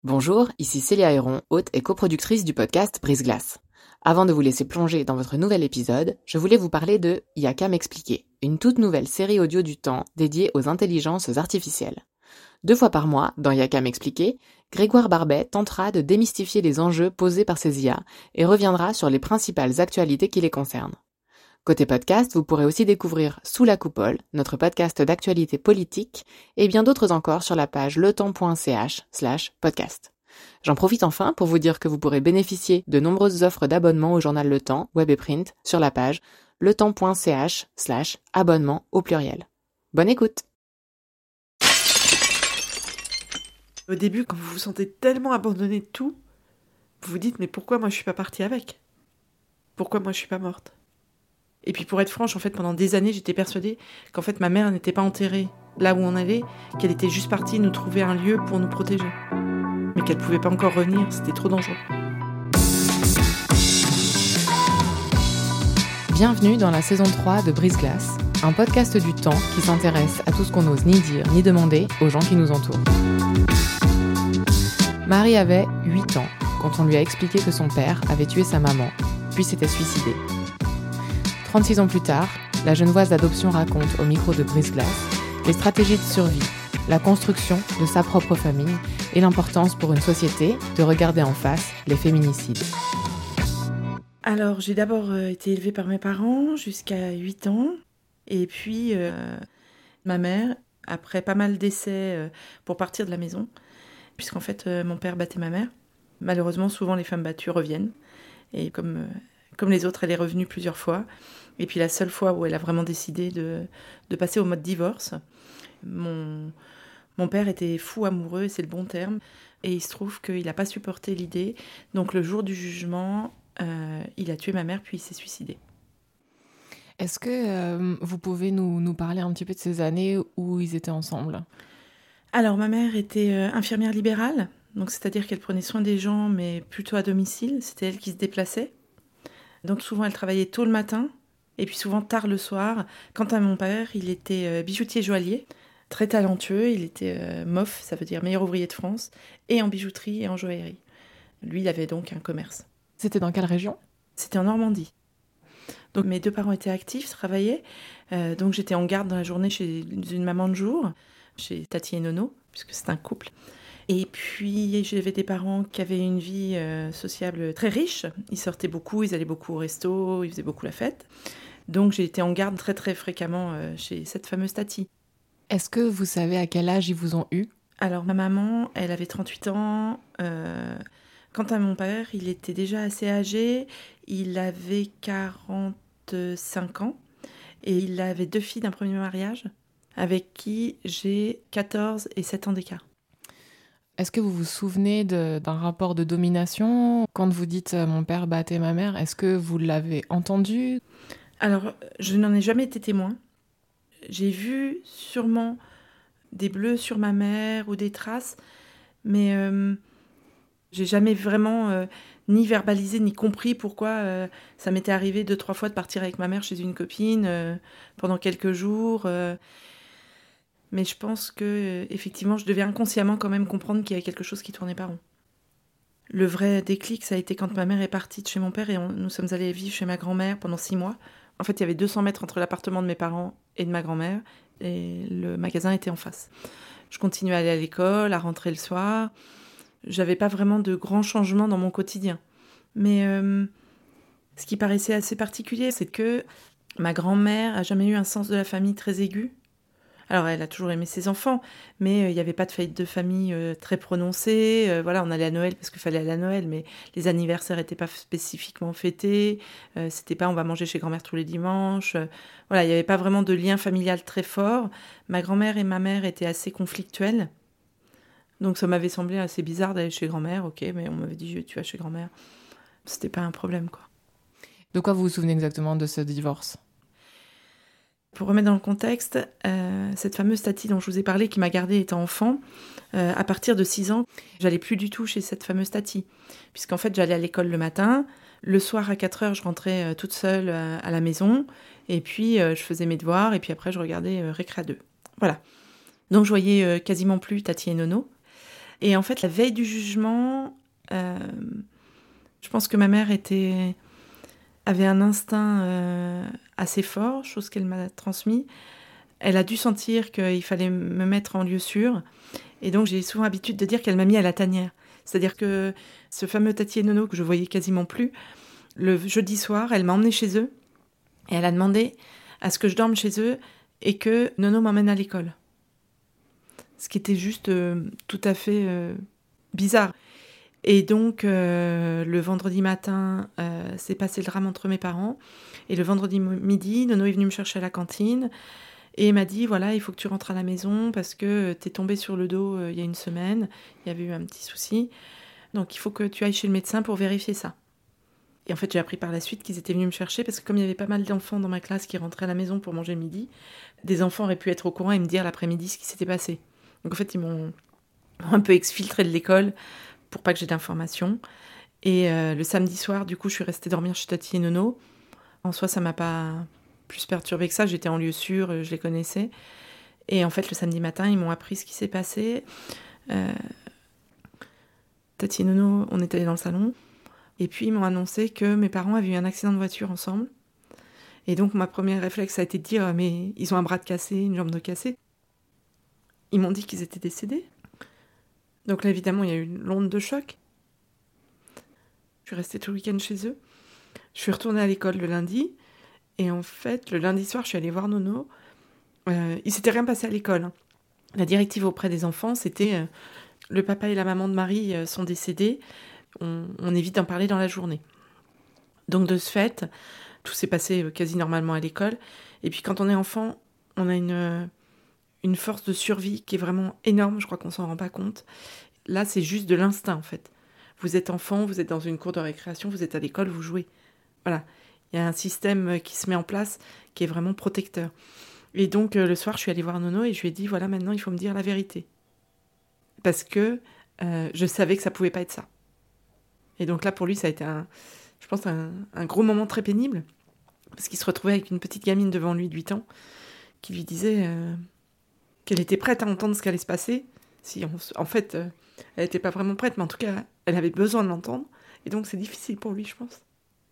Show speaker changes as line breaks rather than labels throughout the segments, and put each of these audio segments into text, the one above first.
Bonjour, ici Célia Héron, hôte et coproductrice du podcast Brise-Glace. Avant de vous laisser plonger dans votre nouvel épisode, je voulais vous parler de Y'a qu'à m'expliquer, une toute nouvelle série audio du temps dédiée aux intelligences artificielles. 2 fois par mois, dans Y'a qu'à m'expliquer, Grégoire Barbet tentera de démystifier les enjeux posés par ces IA et reviendra sur les principales actualités qui les concernent. Côté podcast, vous pourrez aussi découvrir Sous la coupole, notre podcast d'actualité politique, et bien d'autres encore sur la page letemps.ch/podcast. J'en profite enfin pour vous dire que vous pourrez bénéficier de nombreuses offres d'abonnement au journal Le Temps, web et print, sur la page letemps.ch/abonnement au pluriel. Bonne écoute!
Au début, quand vous vous sentez tellement abandonné de tout, vous vous dites « mais pourquoi moi je suis pas partie avec ? Pourquoi moi je suis pas morte ?» Et puis pour être franche, en fait, pendant des années, j'étais persuadée qu'en fait ma mère n'était pas enterrée là où on allait, qu'elle était juste partie nous trouver un lieu pour nous protéger. Mais qu'elle pouvait pas encore revenir, c'était trop dangereux.
Bienvenue dans la saison 3 de Brise-Glace, un podcast du temps qui s'intéresse à tout ce qu'on n'ose ni dire ni demander aux gens qui nous entourent. Marie avait 8 ans quand on lui a expliqué que son père avait tué sa maman, puis s'était suicidé. 36 ans plus tard, la genevoise d'adoption raconte au micro de Brise-Glace les stratégies de survie, la construction de sa propre famille et l'importance pour une société de regarder en face les féminicides.
Alors, j'ai d'abord été élevée par mes parents jusqu'à 8 ans. Et puis, ma mère, après pas mal d'essais pour partir de la maison, puisqu'en fait, mon père battait ma mère. Malheureusement, souvent, les femmes battues reviennent. Et comme les autres, elle est revenue plusieurs fois. Et puis la seule fois où elle a vraiment décidé de passer au mode divorce, mon père était fou amoureux, c'est le bon terme, et il se trouve qu'il n'a pas supporté l'idée. Donc le jour du jugement, il a tué ma mère, puis il s'est suicidé.
Est-ce que vous pouvez nous parler un petit peu de ces années où ils étaient ensemble ?
Alors ma mère était infirmière libérale, donc c'est-à-dire qu'elle prenait soin des gens, mais plutôt à domicile, c'était elle qui se déplaçait. Donc souvent elle travaillait tôt le matin, et puis souvent tard le soir. Quant à mon père, il était bijoutier joaillier, très talentueux, il était MOF, ça veut dire meilleur ouvrier de France, et en bijouterie et en joaillerie. Lui, il avait donc un commerce.
C'était dans quelle région ?
C'était en Normandie. Donc mes 2 parents étaient actifs, travaillaient, donc j'étais en garde dans la journée chez une maman de jour, chez Tati et Nono, puisque c'est un couple. Et puis, j'avais des parents qui avaient une vie sociable très riche. Ils sortaient beaucoup, ils allaient beaucoup au resto, ils faisaient beaucoup la fête. Donc, j'ai été en garde très, très fréquemment chez cette fameuse Tati.
Est-ce que vous savez à quel âge ils vous ont eu ?
Alors, ma maman, elle avait 38 ans. Quant à mon père, il était déjà assez âgé. Il avait 45 ans. Et il avait 2 filles d'un premier mariage, avec qui j'ai 14 et 7 ans d'écart.
Est-ce que vous vous souvenez d'un rapport de domination ? Quand vous dites « mon père battait ma mère », est-ce que vous l'avez entendu ?
Alors, je n'en ai jamais été témoin. J'ai vu sûrement des bleus sur ma mère ou des traces, mais j'ai jamais vraiment ni verbalisé ni compris pourquoi ça m'était arrivé 2-3 fois de partir avec ma mère chez une copine pendant quelques jours. Mais je pense que effectivement, je devais inconsciemment quand même comprendre qu'il y avait quelque chose qui tournait pas rond. Le vrai déclic, ça a été quand ma mère est partie de chez mon père et nous sommes allés vivre chez ma grand-mère pendant 6 mois. En fait, il y avait 200 mètres entre l'appartement de mes parents et de ma grand-mère et le magasin était en face. Je continuais à aller à l'école, à rentrer le soir. J'avais pas vraiment de grands changements dans mon quotidien. Mais ce qui paraissait assez particulier, c'est que ma grand-mère a jamais eu un sens de la famille très aigu. Alors, elle a toujours aimé ses enfants, mais il n'y avait pas de fête de famille très prononcée. Voilà, on allait à Noël parce qu'il fallait aller à Noël, mais les anniversaires n'étaient pas spécifiquement fêtés. C'était pas on va manger chez grand-mère tous les dimanches. Voilà, il n'y avait pas vraiment de lien familial très fort. Ma grand-mère et ma mère étaient assez conflictuelles. Donc, ça m'avait semblé assez bizarre d'aller chez grand-mère. Ok, mais on m'avait dit tu vas chez grand-mère. C'était pas un problème, quoi.
De quoi vous vous souvenez exactement de ce divorce ?
Pour remettre dans le contexte, cette fameuse Tati dont je vous ai parlé, qui m'a gardée étant enfant, à partir de 6 ans, j'allais plus du tout chez cette fameuse Tati. Puisqu'en fait, j'allais à l'école le matin, le soir à 4 heures, je rentrais toute seule à la maison, et puis je faisais mes devoirs, et puis après, je regardais Récré 2. Voilà. Donc, je voyais quasiment plus Tati et Nono. Et en fait, la veille du jugement, je pense que ma mère avait un instinct assez fort, chose qu'elle m'a transmis. Elle a dû sentir qu'il fallait me mettre en lieu sûr. Et donc, j'ai souvent l'habitude de dire qu'elle m'a mis à la tanière. C'est-à-dire que ce fameux Tati et Nono, que je voyais quasiment plus, le jeudi soir, elle m'a emmenée chez eux. Et elle a demandé à ce que je dorme chez eux et que Nono m'emmène à l'école. Ce qui était juste tout à fait bizarre. Et donc, le vendredi matin, s'est passé le drame entre mes parents. Et le vendredi midi, Nono est venu me chercher à la cantine et m'a dit, voilà, il faut que tu rentres à la maison parce que t'es tombée sur le dos il y a une semaine. Il y avait eu un petit souci. Donc, il faut que tu ailles chez le médecin pour vérifier ça. Et en fait, j'ai appris par la suite qu'ils étaient venus me chercher parce que comme il y avait pas mal d'enfants dans ma classe qui rentraient à la maison pour manger le midi, des enfants auraient pu être au courant et me dire l'après-midi ce qui s'était passé. Donc, en fait, ils m'ont un peu exfiltré de l'école pour pas que j'ai d'informations. Et le samedi soir, du coup, je suis restée dormir chez Tati et Nono. En soi, ça m'a pas plus perturbée que ça. J'étais en lieu sûr, je les connaissais. Et en fait, le samedi matin, ils m'ont appris ce qui s'est passé. Tati et Nono, on est allés dans le salon. Et puis, ils m'ont annoncé que mes parents avaient eu un accident de voiture ensemble. Et donc, ma première réflexe a été de dire, mais ils ont un bras de cassé, une jambe de cassée. Ils m'ont dit qu'ils étaient décédés. Donc là, évidemment, il y a eu une onde de choc. Je suis restée tout le week-end chez eux. Je suis retournée à l'école le lundi. Et en fait, le lundi soir, je suis allée voir Nono. Il s'était rien passé à l'école. Hein. La directive auprès des enfants, c'était le papa et la maman de Marie sont décédés. On évite d'en parler dans la journée. Donc de ce fait, tout s'est passé quasi normalement à l'école. Et puis quand on est enfant, on a une force de survie qui est vraiment énorme. Je crois qu'on s'en rend pas compte. Là, c'est juste de l'instinct, en fait. Vous êtes enfant, vous êtes dans une cour de récréation, vous êtes à l'école, vous jouez. Voilà. Il y a un système qui se met en place qui est vraiment protecteur. Et donc, le soir, je suis allée voir Nono et je lui ai dit, voilà, maintenant, il faut me dire la vérité. Parce que je savais que ça pouvait pas être ça. Et donc là, pour lui, ça a été, je pense, un gros moment très pénible. Parce qu'il se retrouvait avec une petite gamine devant lui de 8 ans qui lui disait qu'elle était prête à entendre ce qui allait se passer. En fait, elle n'était pas vraiment prête, mais en tout cas, elle avait besoin de l'entendre. Et donc, c'est difficile pour lui, je pense.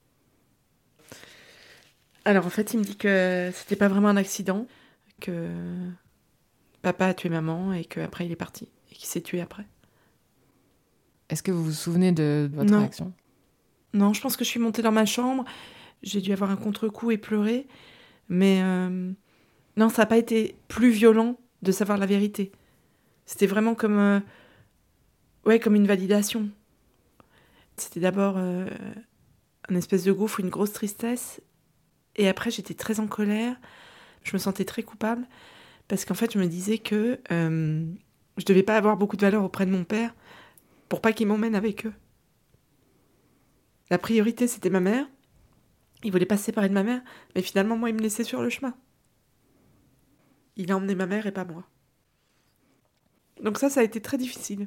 Alors, en fait, il me dit que c'était pas vraiment un accident, que papa a tué maman et qu'après, il est parti. Et qu'il s'est tué après.
Est-ce que vous vous souvenez de votre réaction ?
Non, je pense que je suis montée dans ma chambre. J'ai dû avoir un contre-coup et pleurer. Mais non, ça n'a pas été plus violent de savoir la vérité. C'était vraiment comme une validation. C'était d'abord un espèce de gouffre, une grosse tristesse. Et après, j'étais très en colère. Je me sentais très coupable. Parce qu'en fait, je me disais que je devais pas avoir beaucoup de valeur auprès de mon père pour pas qu'il m'emmène avec eux. La priorité, c'était ma mère. Il voulait pas se séparer de ma mère. Mais finalement, moi, il me laissait sur le chemin. Il a emmené ma mère et pas moi. Donc ça a été très difficile.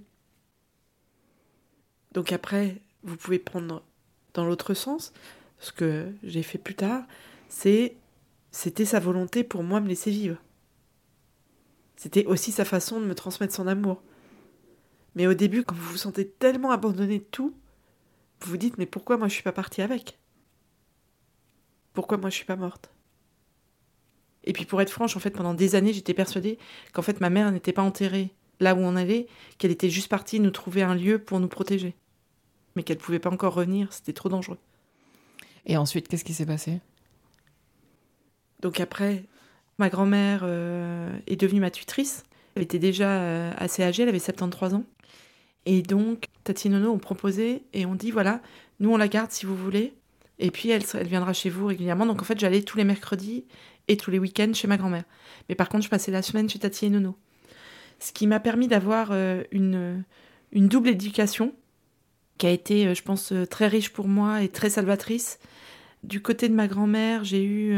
Donc après, vous pouvez prendre dans l'autre sens. Ce que j'ai fait plus tard, c'était sa volonté pour moi de me laisser vivre. C'était aussi sa façon de me transmettre son amour. Mais au début, quand vous vous sentez tellement abandonné de tout, vous vous dites, mais pourquoi moi je suis pas partie avec ? Pourquoi moi je suis pas morte ? Et puis pour être franche, en fait, pendant des années, j'étais persuadée qu'en fait ma mère n'était pas enterrée là où on allait, qu'elle était juste partie nous trouver un lieu pour nous protéger. Mais qu'elle pouvait pas encore revenir, c'était trop dangereux.
Et ensuite, qu'est-ce qui s'est passé ?
Donc après, ma grand-mère est devenue ma tutrice. Elle était déjà assez âgée, elle avait 73 ans. Et donc, Tati et Nono ont proposé et ont dit, voilà, nous on la garde si vous voulez. Et puis elle viendra chez vous régulièrement. Donc en fait, j'allais tous les mercredis et tous les week-ends chez ma grand-mère. Mais par contre, je passais la semaine chez Tati et Nono. Ce qui m'a permis d'avoir une double éducation qui a été, je pense, très riche pour moi et très salvatrice. Du côté de ma grand-mère, j'ai eu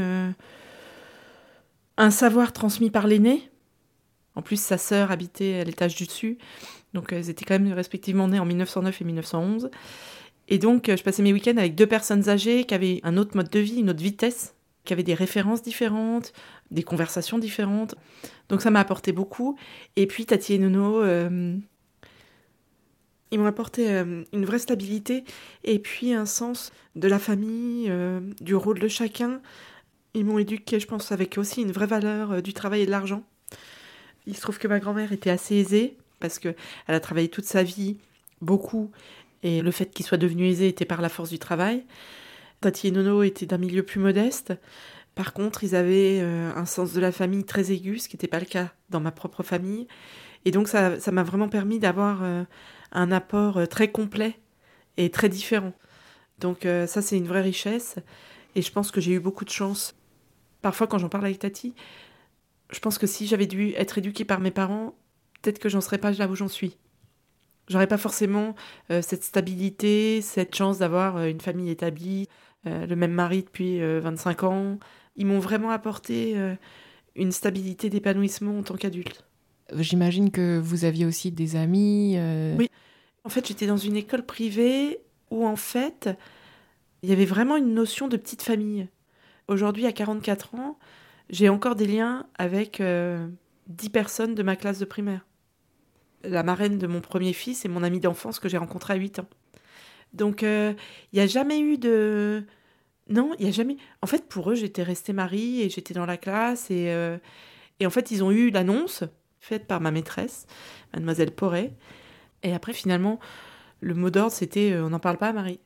un savoir transmis par l'aîné. En plus, sa sœur habitait à l'étage du dessus. Donc, elles étaient quand même respectivement nées en 1909 et 1911. Et donc, je passais mes week-ends avec 2 personnes âgées qui avaient un autre mode de vie, une autre vitesse, qui avaient des références différentes, des conversations différentes. Donc, ça m'a apporté beaucoup. Et puis, Tati et Nono Ils m'ont apporté une vraie stabilité et puis un sens de la famille, du rôle de chacun. Ils m'ont éduquée, je pense, avec aussi une vraie valeur du travail et de l'argent. Il se trouve que ma grand-mère était assez aisée parce qu'elle a travaillé toute sa vie, beaucoup, et le fait qu'il soit devenu aisé était par la force du travail. Tati et Nono étaient d'un milieu plus modeste. Par contre, ils avaient un sens de la famille très aigu, ce qui n'était pas le cas dans ma propre famille. Et donc, ça m'a vraiment permis d'avoir un apport très complet et très différent. Donc, ça, c'est une vraie richesse. Et je pense que j'ai eu beaucoup de chance. Parfois, quand j'en parle avec Tati, je pense que si j'avais dû être éduquée par mes parents, peut-être que j'en serais pas là où j'en suis. J'aurais pas forcément cette stabilité, cette chance d'avoir une famille établie, le même mari depuis 25 ans. Ils m'ont vraiment apporté une stabilité d'épanouissement en tant qu'adulte.
J'imagine que vous aviez aussi des amis.
Oui. En fait, j'étais dans une école privée où, en fait, il y avait vraiment une notion de petite famille. Aujourd'hui, à 44 ans, j'ai encore des liens avec 10 personnes de ma classe de primaire. La marraine de mon premier fils est mon amie d'enfance que j'ai rencontrée à 8 ans. Donc, il n'y a jamais eu de... Non, il n'y a jamais... En fait, pour eux, j'étais restée Marie et j'étais dans la classe. Et en fait, ils ont eu l'annonce faite par ma maîtresse, mademoiselle Porret. Et après, finalement, le mot d'ordre, c'était on n'en parle pas à Marie.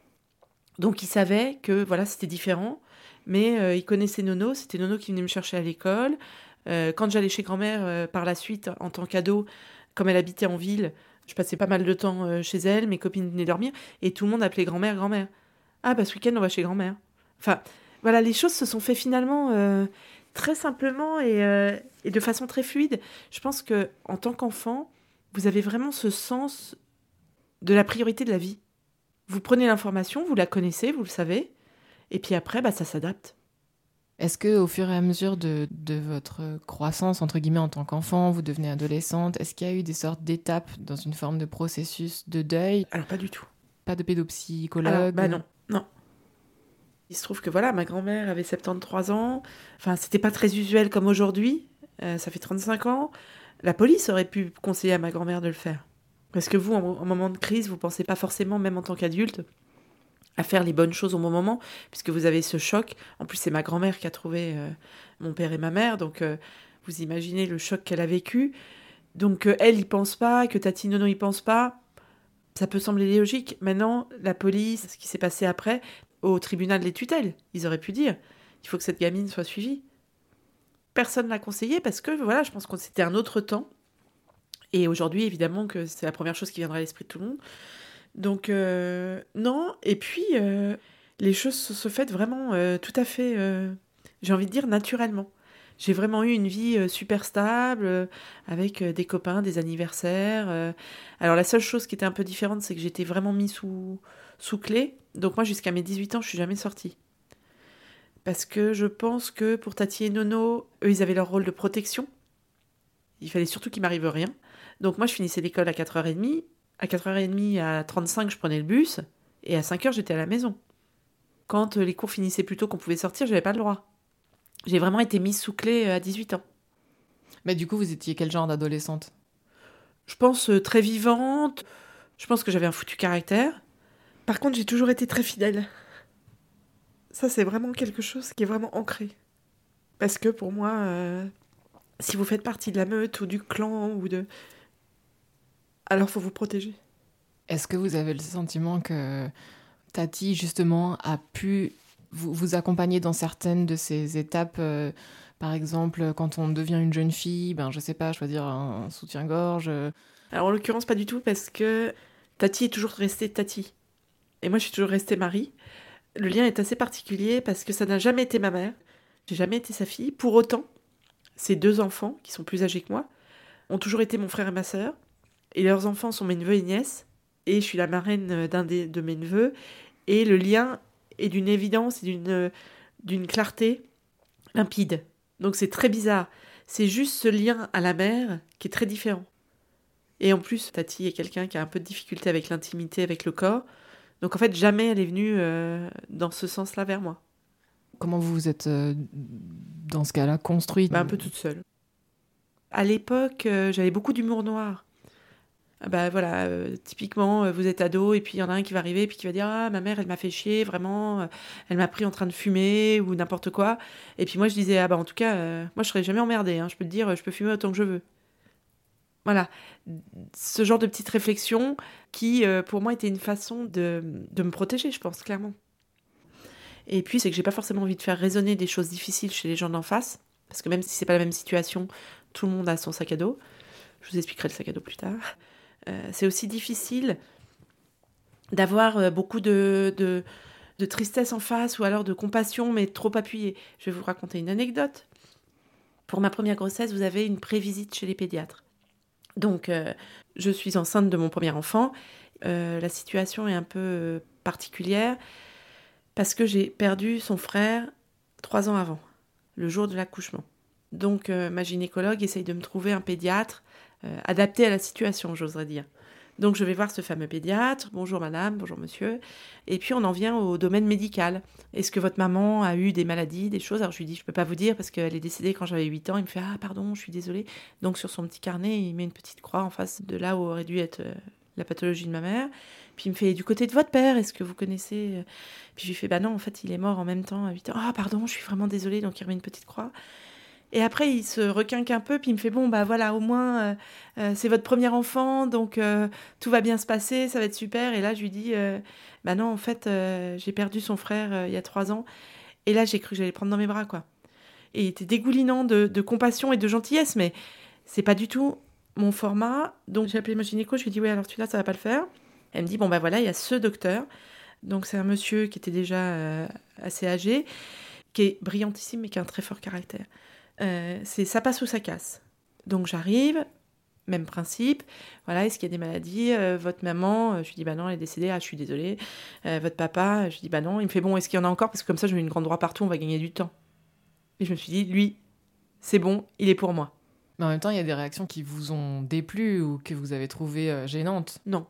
Donc, ils savaient que voilà, c'était différent. Mais ils connaissaient Nono. C'était Nono qui venait me chercher à l'école. Quand j'allais chez grand-mère par la suite, en tant qu'ado, comme elle habitait en ville, je passais pas mal de temps chez elle. Mes copines venaient dormir. Et tout le monde appelait grand-mère, grand-mère. Ah, bah ce week-end, on va chez grand-mère. Enfin, voilà, les choses se sont fait finalement très simplement et de façon très fluide. Je pense que en tant qu'enfant, vous avez vraiment ce sens de la priorité de la vie. Vous prenez l'information, vous la connaissez, vous le savez, et puis après, bah, ça s'adapte.
Est-ce que, au fur et à mesure de votre croissance, entre guillemets, en tant qu'enfant, vous devenez adolescente, est-ce qu'il y a eu des sortes d'étapes dans une forme de processus de deuil?
Alors, pas du tout.
Pas de pédopsychologue?
Alors, bah non, non. Il se trouve que voilà, ma grand-mère avait 73 ans. Enfin, c'était pas très usuel comme aujourd'hui. Ça fait 35 ans. La police aurait pu conseiller à ma grand-mère de le faire. Parce que vous, en moment de crise, vous pensez pas forcément, même en tant qu'adulte, à faire les bonnes choses au bon moment, puisque vous avez ce choc. En plus, c'est ma grand-mère qui a trouvé mon père et ma mère, donc vous imaginez le choc qu'elle a vécu. Donc elle y pense pas, que Tati Nono y pense pas. Ça peut sembler logique. Maintenant, la police, ce qui s'est passé après, au tribunal des tutelles, ils auraient pu dire il faut que cette gamine soit suivie. Personne l'a conseillé parce que, voilà, je pense que c'était un autre temps. Et aujourd'hui, évidemment, que c'est la première chose qui viendra à l'esprit de tout le monde. Donc, non. Et puis, les choses se font vraiment tout à fait, j'ai envie de dire, naturellement. J'ai vraiment eu une vie super stable, avec des copains, des anniversaires. Alors, la seule chose qui était un peu différente, c'est que j'étais vraiment mis sous clé. Donc, moi, jusqu'à mes 18 ans, je suis jamais sortie. Parce que je pense que pour Tati et Nono, eux, ils avaient leur rôle de protection. Il fallait surtout qu'il m'arrive rien. Donc, moi, je finissais l'école à 4h30. À 4h30, à 35, je prenais le bus. Et à 5h, j'étais à la maison. Quand les cours finissaient plus tôt qu'on pouvait sortir, j'avais pas le droit. J'ai vraiment été mise sous clé à 18 ans.
Mais du coup, vous étiez quel genre d'adolescente?
Je pense très vivante. Je pense que j'avais un foutu caractère. Par contre, j'ai toujours été très fidèle. Ça, c'est vraiment quelque chose qui est vraiment ancré. Parce que pour moi, si vous faites partie de la meute ou du clan ou de... Alors, faut vous protéger.
Est-ce que vous avez le sentiment que Tati, justement, a pu vous accompagner dans certaines de ces étapes, par exemple, quand on devient une jeune fille, ben, je sais pas, choisir un soutien-gorge
Alors, en l'occurrence, pas du tout, parce que Tati est toujours restée Tati. Et moi, je suis toujours restée Marie. Le lien est assez particulier parce que ça n'a jamais été ma mère. J'ai jamais été sa fille. Pour autant, ces deux enfants, qui sont plus âgés que moi, ont toujours été mon frère et ma sœur. Et leurs enfants sont mes neveux et nièces. Et je suis la marraine de mes neveux. Et le lien est d'une évidence et d'une clarté limpide. Donc c'est très bizarre. C'est juste ce lien à la mère qui est très différent. Et en plus, Tati est quelqu'un qui a un peu de difficulté avec l'intimité, avec le corps. Donc en fait, jamais elle est venue dans ce sens-là vers moi.
Comment vous vous êtes, dans ce cas-là, construite?
Un peu toute seule. À l'époque, j'avais beaucoup d'humour noir. Bah voilà, typiquement, vous êtes ado et puis il y en a un qui va arriver et puis qui va dire: «Ah, ma mère, elle m'a fait chier, vraiment, elle m'a pris en train de fumer» ou n'importe quoi. Et puis moi, je disais: «Ah bah, en tout cas, moi, je serai jamais emmerdée, hein, je peux te dire, je peux fumer autant que je veux». Voilà, ce genre de petites réflexions qui, pour moi, était une façon de me protéger, je pense, clairement. Et puis, c'est que j'ai pas forcément envie de faire résonner des choses difficiles chez les gens d'en face, parce que même si c'est pas la même situation, tout le monde a son sac à dos. Je vous expliquerai le sac à dos plus tard. C'est aussi difficile d'avoir beaucoup de tristesse en face ou alors de compassion, mais trop appuyée. Je vais vous raconter une anecdote. Pour ma première grossesse, vous avez une prévisite chez les pédiatres. Donc, je suis enceinte de mon premier enfant. La situation est un peu particulière parce que j'ai perdu son frère 3 ans avant, le jour de l'accouchement. Donc, ma gynécologue essaye de me trouver un pédiatre adapté à la situation, j'oserais dire. Donc, je vais voir ce fameux pédiatre. Bonjour madame, bonjour monsieur. Et puis, on en vient au domaine médical. Est-ce que votre maman a eu des maladies, des choses? Alors, je lui dis, je ne peux pas vous dire parce qu'elle est décédée quand j'avais 8 ans. Il me fait, ah pardon, je suis désolée. Donc, sur son petit carnet, il met une petite croix en face de là où aurait dû être la pathologie de ma mère. Puis, il me fait, du côté de votre père, est-ce que vous connaissez? Puis, je lui fais, bah non, en fait, il est mort en même temps à 8 ans. Ah pardon, je suis vraiment désolée. Donc, il remet une petite croix. Et après, il se requinque un peu, puis il me fait, bon, bah voilà, au moins, c'est votre premier enfant, donc tout va bien se passer, ça va être super. Et là, je lui dis, bah non, en fait, j'ai perdu son frère il y a 3 ans. Et là, j'ai cru que j'allais le prendre dans mes bras, quoi. Et il était dégoulinant de compassion et de gentillesse, mais c'est pas du tout mon format. Donc, j'ai appelé ma gynéco, je lui ai dit, oui, alors celui-là, ça va pas le faire. Elle me dit, bon, bah voilà, il y a ce docteur. Donc, c'est un monsieur qui était déjà assez âgé, qui est brillantissime, mais qui a un très fort caractère. C'est ça passe ou ça casse. Donc j'arrive, même principe. Voilà, est-ce qu'il y a des maladies? Votre maman, je lui dis bah non, elle est décédée. Ah, je suis désolée. Votre papa, je lui dis bah non. Il me fait bon, est-ce qu'il y en a encore? Parce que comme ça, je mets une grande droite partout, on va gagner du temps. Et je me suis dit, lui, c'est bon, il est pour moi.
Mais en même temps, il y a des réactions qui vous ont déplu ou que vous avez trouvées gênantes.
Non.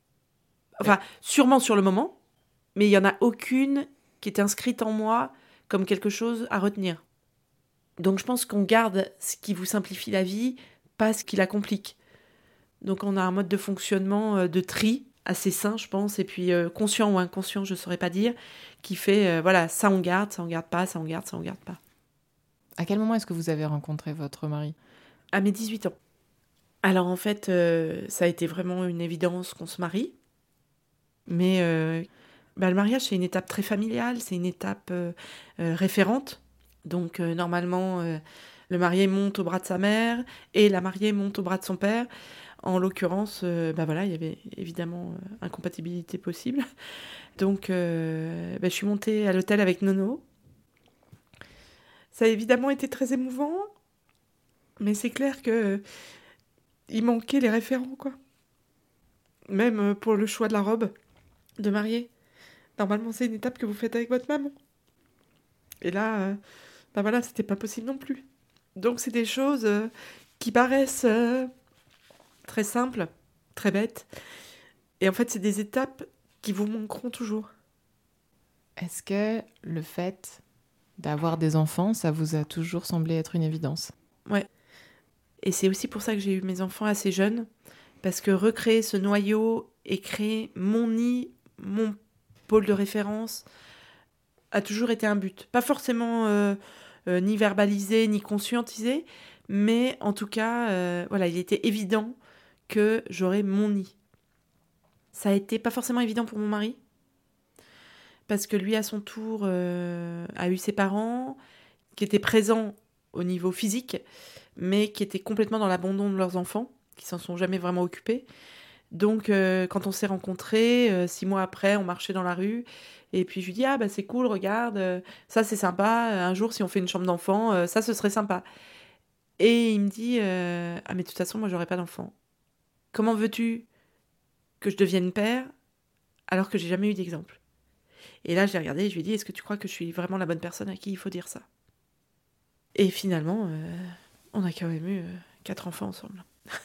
Enfin, sûrement sur le moment, mais il y en a aucune qui est inscrite en moi comme quelque chose à retenir. Donc je pense qu'on garde ce qui vous simplifie la vie, pas ce qui la complique. Donc on a un mode de fonctionnement de tri assez sain, je pense, et puis conscient ou inconscient, je ne saurais pas dire, qui fait, voilà, ça on garde pas, ça on garde pas.
À quel moment est-ce que vous avez rencontré votre mari?
À mes 18 ans. Alors en fait, ça a été vraiment une évidence qu'on se marie, mais le mariage c'est une étape très familiale, c'est une étape référente. Donc normalement, le marié monte au bras de sa mère et la mariée monte au bras de son père. En l'occurrence, voilà, il y avait évidemment incompatibilité possible. Donc je suis montée à l'hôtel avec Nono. Ça a évidemment été très émouvant, mais c'est clair que il manquait les référents, quoi. Même pour le choix de la robe de mariée. Normalement, c'est une étape que vous faites avec votre maman. Et là, voilà, c'était pas possible non plus. Donc, c'est des choses qui paraissent très simples, très bêtes. Et en fait, c'est des étapes qui vous manqueront toujours.
Est-ce que le fait d'avoir des enfants, ça vous a toujours semblé être une évidence?
Ouais. Et c'est aussi pour ça que j'ai eu mes enfants assez jeunes. Parce que recréer ce noyau et créer mon nid, mon pôle de référence, a toujours été un but. Pas forcément ni verbalisé, ni conscientisé, mais en tout cas, voilà, il était évident que j'aurais mon nid. Ça a été pas forcément évident pour mon mari, parce que lui, à son tour, a eu ses parents qui étaient présents au niveau physique, mais qui étaient complètement dans l'abandon de leurs enfants, qui s'en sont jamais vraiment occupés. Donc, quand on s'est rencontrés, 6 mois après, on marchait dans la rue, et puis je lui dis, ah bah c'est cool, regarde, ça c'est sympa, un jour si on fait une chambre d'enfant, ça ce serait sympa. Et il me dit, ah mais de toute façon, moi j'aurais pas d'enfant. Comment veux-tu que je devienne père alors que j'ai jamais eu d'exemple? Et là, je l'ai regardé et je lui ai dit, est-ce que tu crois que je suis vraiment la bonne personne à qui il faut dire ça? Et finalement, on a quand même eu 4 enfants ensemble.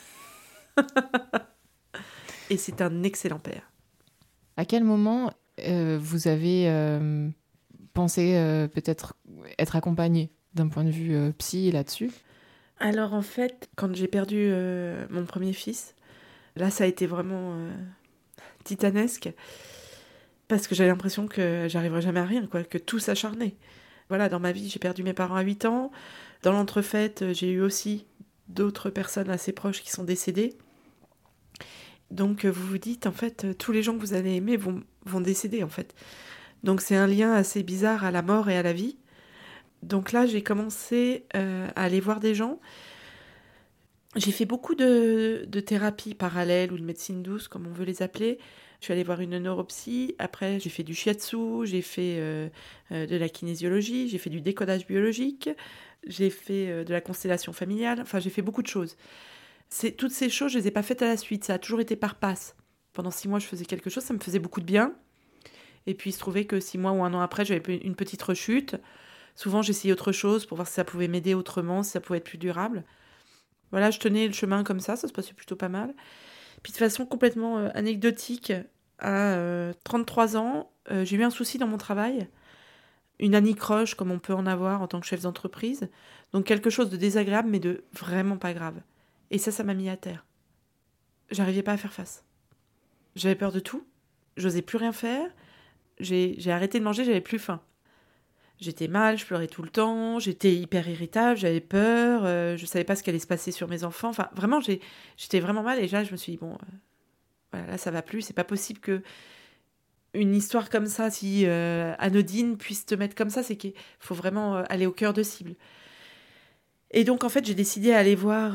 Et c'est un excellent père.
À quel moment vous avez pensé peut-être être accompagné d'un point de vue psy là-dessus?
Alors en fait, quand j'ai perdu mon premier fils, Là, ça a été vraiment titanesque, parce que j'avais l'impression que j'arriverais jamais à rien, quoi, que tout s'acharnait. Voilà, dans ma vie, j'ai perdu mes parents à 8 ans. Dans l'entrefaite, j'ai eu aussi d'autres personnes assez proches qui sont décédées. Donc vous vous dites, en fait, tous les gens que vous allez aimer vont décéder, en fait. Donc c'est un lien assez bizarre à la mort et à la vie. Donc là, j'ai commencé à aller voir des gens. J'ai fait beaucoup de thérapies parallèles ou de médecine douce, comme on veut les appeler. Je suis allée voir une neuropsy. Après, j'ai fait du shiatsu, j'ai fait de la kinésiologie, j'ai fait du décodage biologique, j'ai fait de la constellation familiale. Enfin, j'ai fait beaucoup de choses. Toutes ces choses, je les ai pas faites à la suite. Ça a toujours été par passe. Pendant 6 mois, je faisais quelque chose, ça me faisait beaucoup de bien. Et puis, il se trouvait que 6 mois ou 1 an après, j'avais une petite rechute. Souvent, j'essayais autre chose pour voir si ça pouvait m'aider autrement, si ça pouvait être plus durable. Voilà, je tenais le chemin comme ça se passait plutôt pas mal. Puis de façon complètement anecdotique, à 33 ans, j'ai eu un souci dans mon travail, une anicroche comme on peut en avoir en tant que chef d'entreprise. Donc quelque chose de désagréable, mais de vraiment pas grave. Et ça m'a mis à terre. J'arrivais pas à faire face. J'avais peur de tout, j'osais plus rien faire, j'ai arrêté de manger, j'avais plus faim. J'étais mal, je pleurais tout le temps, j'étais hyper irritable, j'avais peur, je savais pas ce qui allait se passer sur mes enfants. Enfin, vraiment, j'étais vraiment mal. Et là, je me suis dit, bon, voilà, là, ça va plus. C'est pas possible que une histoire comme ça, si anodine, puisse te mettre comme ça. C'est qu'il faut vraiment aller au cœur de cible. Et donc, en fait, j'ai décidé d'aller voir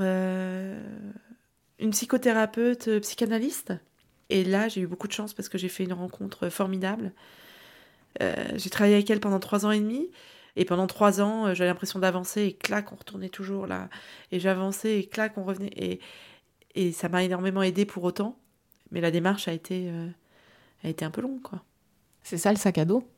une psychothérapeute, psychanalyste. Et là, j'ai eu beaucoup de chance parce que j'ai fait une rencontre formidable. J'ai travaillé avec elle pendant 3 ans et demi. Et pendant 3 ans, j'avais l'impression d'avancer et clac, on retournait toujours là. Et j'avançais et clac, on revenait. Et ça m'a énormément aidée pour autant. Mais la démarche a été un peu longue, quoi.
C'est ça le sac à dos?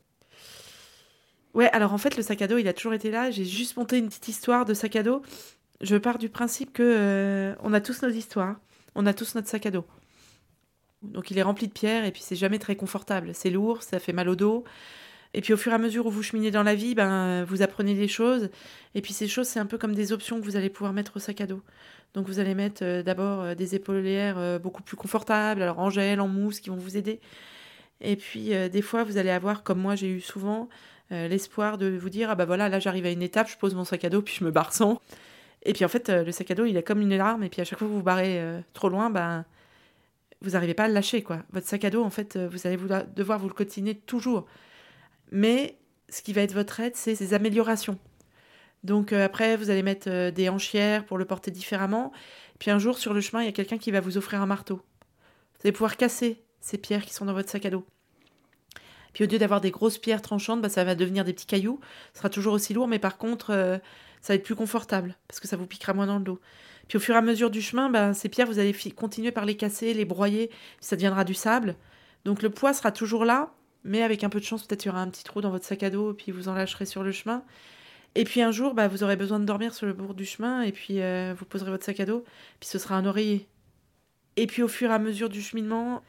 Ouais, alors en fait, le sac à dos, il a toujours été là. J'ai juste monté une petite histoire de sac à dos. Je pars du principe que on a tous nos histoires. On a tous notre sac à dos. Donc il est rempli de pierres et puis c'est jamais très confortable. C'est lourd, ça fait mal au dos. Et puis au fur et à mesure où vous cheminez dans la vie, vous apprenez des choses. Et puis ces choses, c'est un peu comme des options que vous allez pouvoir mettre au sac à dos. Donc vous allez mettre d'abord des épaulières beaucoup plus confortables, alors en gel, en mousse, qui vont vous aider. Et puis des fois, vous allez avoir, comme moi j'ai eu souvent, l'espoir de vous dire, ah bah voilà, là j'arrive à une étape, je pose mon sac à dos, puis je me barre sans. Et puis en fait, le sac à dos, il est comme une alarme. Et puis à chaque fois que vous vous barrez trop loin, vous n'arrivez pas à le lâcher, quoi. Votre sac à dos, en fait, vous allez devoir vous le coltiner toujours. Mais ce qui va être votre aide, c'est ces améliorations. Donc après, vous allez mettre des hanchières pour le porter différemment. Puis un jour, sur le chemin, il y a quelqu'un qui va vous offrir un marteau. Vous allez pouvoir casser ces pierres qui sont dans votre sac à dos. Puis au lieu d'avoir des grosses pierres tranchantes, ça va devenir des petits cailloux. Ce sera toujours aussi lourd, mais par contre, ça va être plus confortable, parce que ça vous piquera moins dans le dos. Puis au fur et à mesure du chemin, ces pierres, vous allez continuer par les casser, les broyer, ça deviendra du sable. Donc le poids sera toujours là, mais avec un peu de chance, peut-être il y aura un petit trou dans votre sac à dos, et puis vous en lâcherez sur le chemin. Et puis un jour, vous aurez besoin de dormir sur le bord du chemin, et puis vous poserez votre sac à dos, puis ce sera un oreiller. Et puis au fur et à mesure du cheminement,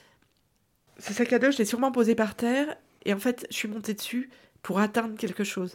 ce sac à dos, je l'ai sûrement posé par terre, et en fait, je suis montée dessus pour atteindre quelque chose.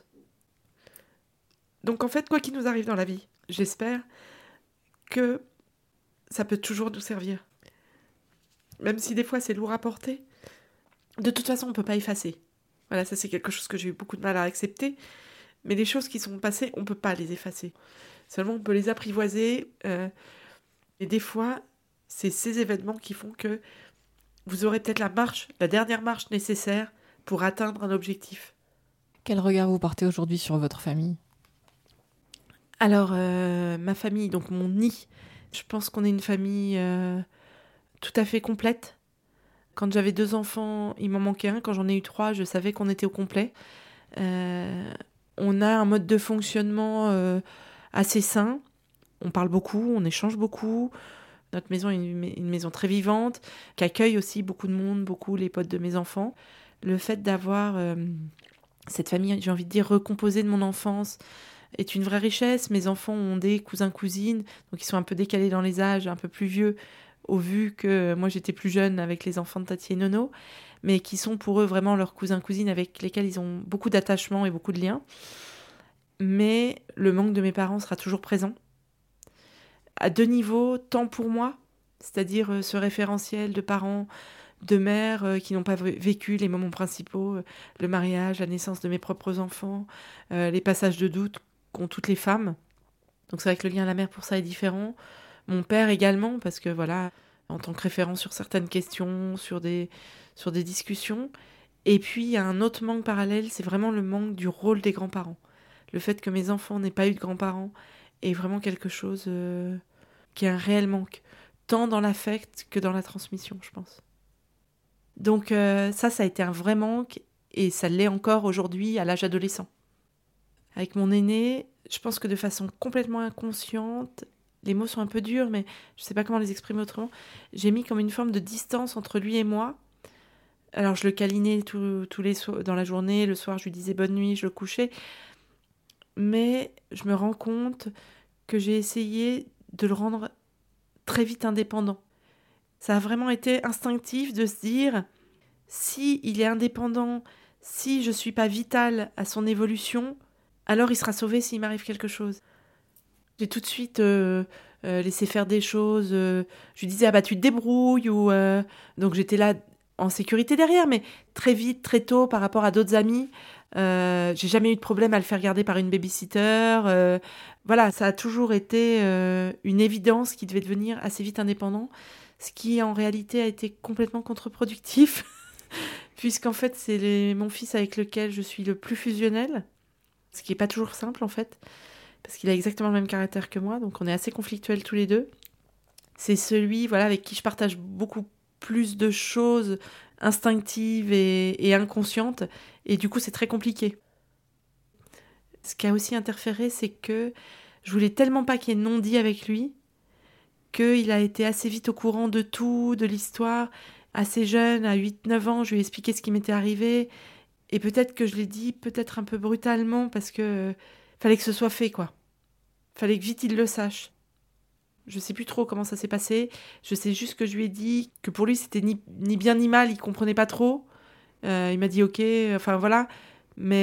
Donc en fait, quoi qu'il nous arrive dans la vie, j'espère que ça peut toujours nous servir. Même si des fois c'est lourd à porter, de toute façon, on ne peut pas effacer. Voilà, ça c'est quelque chose que j'ai eu beaucoup de mal à accepter. Mais les choses qui sont passées, on ne peut pas les effacer. Seulement, on peut les apprivoiser. Et des fois, c'est ces événements qui font que vous aurez peut-être la dernière marche nécessaire pour atteindre un objectif.
Quel regard vous portez aujourd'hui sur votre famille ?
Alors, ma famille, donc mon nid, je pense qu'on est une famille tout à fait complète. Quand j'avais 2 enfants, il m'en manquait un. Quand j'en ai eu 3, je savais qu'on était au complet. On a un mode de fonctionnement assez sain. On parle beaucoup, on échange beaucoup. Notre maison est une maison très vivante, qui accueille aussi beaucoup de monde, beaucoup les potes de mes enfants. Le fait d'avoir cette famille, j'ai envie de dire, recomposée de mon enfance, est une vraie richesse. Mes enfants ont des cousins-cousines, donc ils sont un peu décalés dans les âges, un peu plus vieux, au vu que moi j'étais plus jeune avec les enfants de Tati et Nono, mais qui sont pour eux vraiment leurs cousins-cousines avec lesquels ils ont beaucoup d'attachement et beaucoup de liens. Mais le manque de mes parents sera toujours présent. À 2 niveaux, tant pour moi, C'est-à-dire ce référentiel de parents, de mères qui n'ont pas vécu les moments principaux, le mariage, la naissance de mes propres enfants, les passages de doute qu'ont toutes les femmes. Donc c'est vrai que le lien à la mère pour ça est différent. Mon père également, parce que voilà, en tant que référent sur certaines questions, sur des discussions. Et puis il y a un autre manque parallèle, c'est vraiment le manque du rôle des grands-parents. Le fait que mes enfants n'aient pas eu de grands-parents est vraiment quelque chose qui est un réel manque, tant dans l'affect que dans la transmission, je pense. Donc ça a été un vrai manque, et ça l'est encore aujourd'hui à l'âge adolescent. Avec mon aîné, je pense que de façon complètement inconsciente, les mots sont un peu durs, mais je ne sais pas comment les exprimer autrement, j'ai mis comme une forme de distance entre lui et moi. Alors je le câlinais tous les soirs, dans la journée, le soir je lui disais bonne nuit, je le couchais, mais je me rends compte que j'ai essayé de le rendre très vite indépendant. Ça a vraiment été instinctif de se dire, si il est indépendant, si je ne suis pas vitale à son évolution, alors il sera sauvé s'il m'arrive quelque chose. J'ai tout de suite laissé faire des choses. Je lui disais, tu te débrouilles. Donc j'étais là en sécurité derrière, mais très vite, très tôt, par rapport à d'autres amis. J'ai jamais eu de problème à le faire garder par une babysitter. Voilà, ça a toujours été une évidence qu'il devait devenir assez vite indépendant, ce qui en réalité a été complètement contre-productif, puisqu'en fait c'est mon fils avec lequel je suis le plus fusionnelle, ce qui n'est pas toujours simple en fait, parce qu'il a exactement le même caractère que moi, donc on est assez conflictuels tous les deux. C'est celui avec qui je partage beaucoup plus de choses instinctives et inconscientes, et du coup c'est très compliqué. Ce qui a aussi interféré, c'est que je voulais tellement pas qu'il y ait de non-dit avec lui, qu'il a été assez vite au courant de tout, de l'histoire. Assez jeune, à 8-9 ans, je lui ai expliqué ce qui m'était arrivé, et peut-être que je l'ai dit peut-être un peu brutalement, parce que fallait que ce soit fait, quoi. Fallait que vite il le sache. Je sais plus trop comment ça s'est passé. Je sais juste que je lui ai dit que pour lui c'était ni bien ni mal, il comprenait pas trop. Il m'a dit ok, enfin voilà. Mais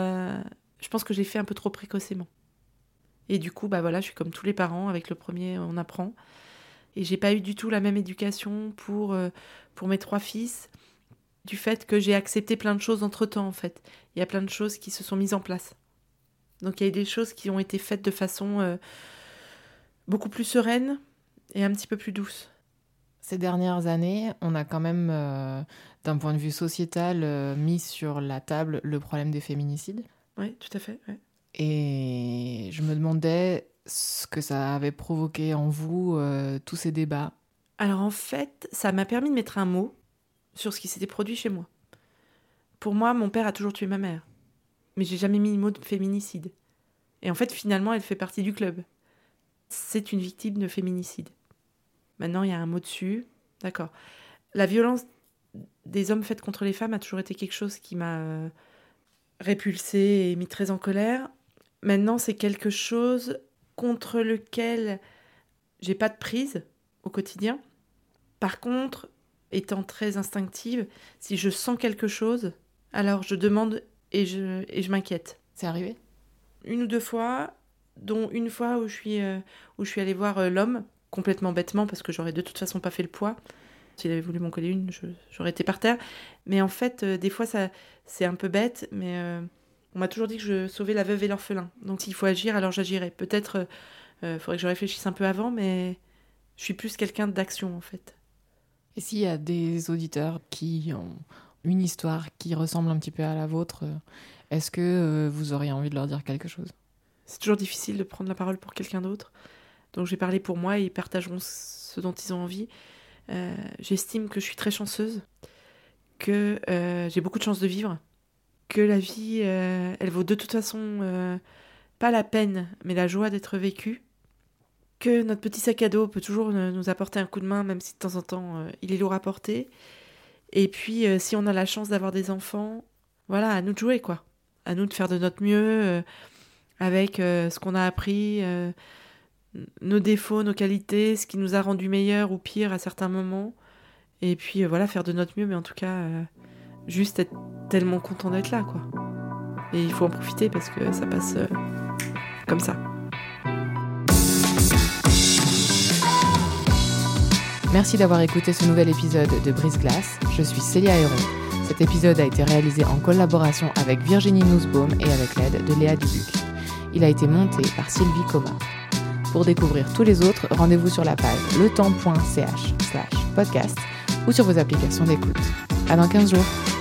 je pense que j'ai fait un peu trop précocement. Et du coup, je suis comme tous les parents, avec le premier on apprend. Et j'ai pas eu du tout la même éducation pour mes 3 fils, du fait que j'ai accepté plein de choses entre-temps en fait. Il y a plein de choses qui se sont mises en place. Donc il y a eu des choses qui ont été faites de façon beaucoup plus sereine et un petit peu plus douce.
Ces dernières années, on a quand même, d'un point de vue sociétal, mis sur la table le problème des féminicides.
Oui, tout à fait. Ouais.
Et je me demandais ce que ça avait provoqué en vous, tous ces débats.
Alors en fait, ça m'a permis de mettre un mot sur ce qui s'était produit chez moi. Pour moi, mon père a toujours tué ma mère. Mais j'ai jamais mis le mot de féminicide. Et en fait, finalement, elle fait partie du club. C'est une victime de féminicide. Maintenant, il y a un mot dessus. D'accord. La violence des hommes faite contre les femmes a toujours été quelque chose qui m'a répulsée et mis très en colère. Maintenant, c'est quelque chose contre lequel j'ai pas de prise au quotidien. Par contre, étant très instinctive, si je sens quelque chose, alors je demande et je m'inquiète.
C'est arrivé ?
1 ou 2 fois, dont une fois où je suis allée voir l'homme, complètement bêtement, parce que j'aurais de toute façon pas fait le poids. S'il avait voulu m'en coller une, j'aurais été par terre. Mais en fait, des fois, ça, c'est un peu bête, mais on m'a toujours dit que je sauvais la veuve et l'orphelin. Donc s'il faut agir, alors j'agirai. Peut-être, faudrait que je réfléchisse un peu avant, mais je suis plus quelqu'un d'action, en fait.
Et s'il y a des auditeurs qui ont une histoire qui ressemble un petit peu à la vôtre, est-ce que vous auriez envie de leur dire quelque chose ?
C'est toujours difficile de prendre la parole pour quelqu'un d'autre. Donc je vais parler pour moi et ils partageront ce dont ils ont envie. J'estime que je suis très chanceuse, que j'ai beaucoup de chance de vivre, que la vie, elle vaut de toute façon pas la peine, mais la joie d'être vécue, que notre petit sac à dos peut toujours nous apporter un coup de main, même si de temps en temps il est lourd à porter. Et puis si on a la chance d'avoir des enfants, voilà, à nous de jouer, quoi. À nous de faire de notre mieux avec ce qu'on a appris, nos défauts, nos qualités, ce qui nous a rendus meilleurs ou pires à certains moments. Et puis faire de notre mieux, mais en tout cas, juste être tellement content d'être là, quoi. Et il faut en profiter parce que ça passe comme ça.
Merci d'avoir écouté ce nouvel épisode de Brise-Glace. Je suis Célia Héron. Cet épisode a été réalisé en collaboration avec Virginie Nussbaum et avec l'aide de Léa Dubuc. Il a été monté par Sylvie Coma. Pour découvrir tous les autres, rendez-vous sur la page letemps.ch/podcast ou sur vos applications d'écoute. À dans 15 jours.